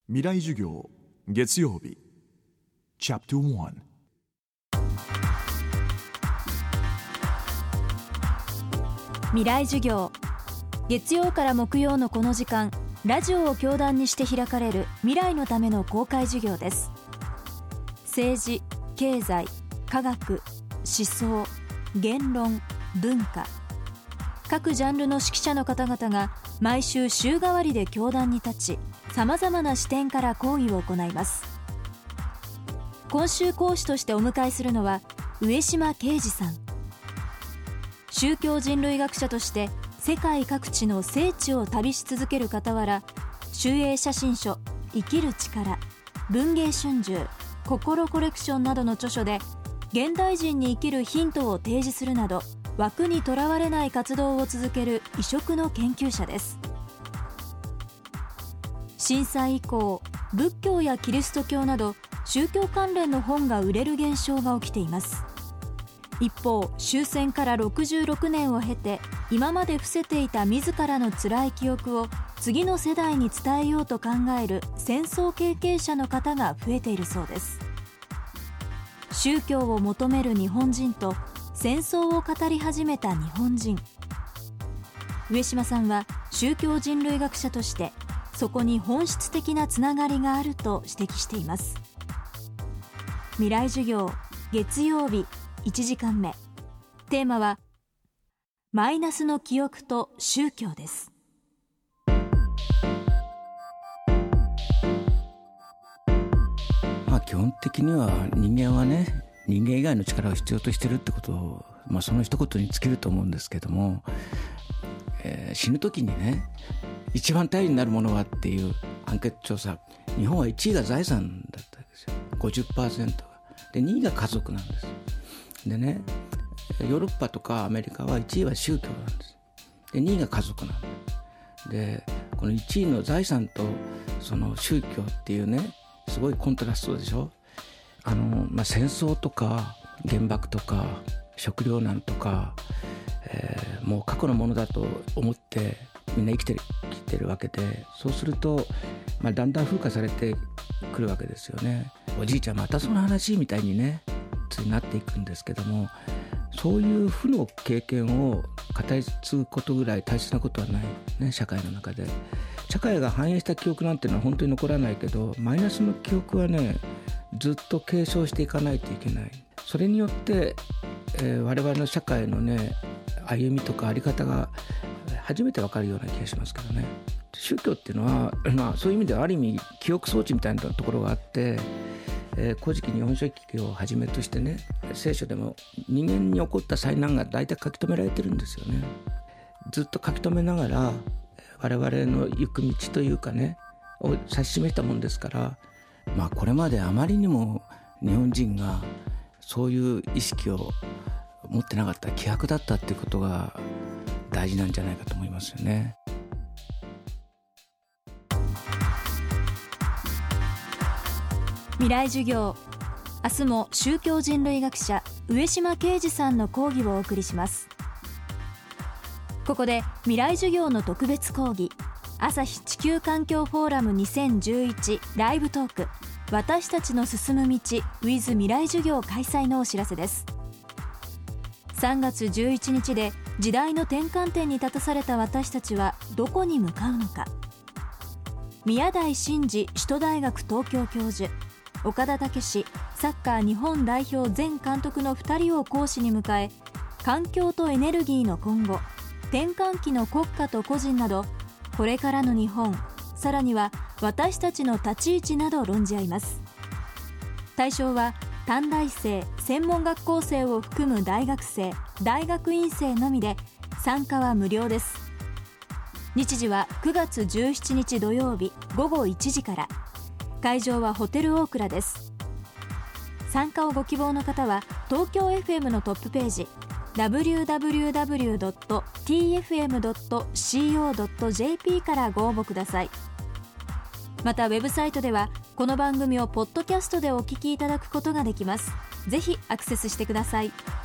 未来授業月曜日チャプター1。 未来授業、月曜から木曜のこの時間、ラジオを教壇にして開かれる未来のための公開授業です。政治、経済、科学、思想、言論、文化、各ジャンルの指揮者の方々が毎週週替わりで教壇に立ち、さまざまな視点から講義を行います。今週講師としてお迎えするのは上島啓二さん。宗教人類学者として世界各地の聖地を旅し続ける傍ら、集英写真書、生きる力、文藝春秋、心コレクションなどの著書で現代人に生きるヒントを提示するなど、枠にとらわれない活動を続ける異色の研究者です。震災以降、仏教やキリスト教など宗教関連の本が売れる現象が起きています。一方、終戦から66年を経て、今まで伏せていた自らの辛い記憶を次の世代に伝えようと考える戦争経験者の方が増えているそうです。宗教を求める日本人と戦争を語り始めた日本人。上島さんは宗教人類学者としてそこに本質的なつながりがあると指摘しています。未来授業月曜日1時間目、テーマはマイナスの記憶と宗教です。 基本的には人間はね、人間以外の力を必要としてるってことを、その一言に尽きると思うんですけども、死ぬ時にね、一番頼りになるものはっていうアンケート調査、日本は1位が財産だったんですよ。 50% がで、2位が家族なんです。でね、ヨーロッパとかアメリカは1位は宗教なんです。で、2位が家族なんです。で、この1位の財産とその宗教っていうね、すごいコントラストでしょ。戦争とか原爆とか食糧難とか、もう過去のものだと思ってみんな生きてるわけで、そうすると、だんだん風化されてくるわけですよね。おじいちゃんまたその話みたいにね、ついなっていくんですけども、そういう負の経験を語り継ぐことぐらい大切なことはないね、社会の中で。社会が反映した記憶なんていうのは本当に残らないけど、マイナスの記憶はね、ずっと継承していかないといけない。それによって、我々の社会のね、歩みとかあり方が初めて分かるような気がしますけどね。宗教っていうのは、そういう意味ではある意味記憶装置みたいなところがあって、古事記日本書紀をはじめとしてね、聖書でも人間に起こった災難が大体書き留められてるんですよね。ずっと書き留めながら我々の行く道というかねを指し示したもんですから、これまであまりにも日本人がそういう意識を持ってなかった、希薄だったっていうことが大事なんじゃないかと思いますよね。 未来授業、明日も宗教人類学者上島啓二さんの講義をお送りします。ここで未来授業の特別講義、朝日地球環境フォーラム2011ライブトーク、私たちの進む道 with 未来授業開催のお知らせです。3月11日で時代の転換点に立たされた私たちはどこに向かうのか。宮台真司首都大学東京教授、岡田武史サッカー日本代表前監督の2人を講師に迎え、環境とエネルギーの今後、転換期の国家と個人など、これからの日本、さらには私たちの立ち位置など論じ合います。対象は短大生、専門学校生を含む大学生、大学院生のみで、参加は無料です。日時は9月17日土曜日午後1時から、会場はホテルオークラです。参加をご希望の方は東京 FM のトップページ www.tfm.co.jp からご応募ください。またウェブサイトではこの番組をポッドキャストでお聞きいただくことができます。ぜひアクセスしてください。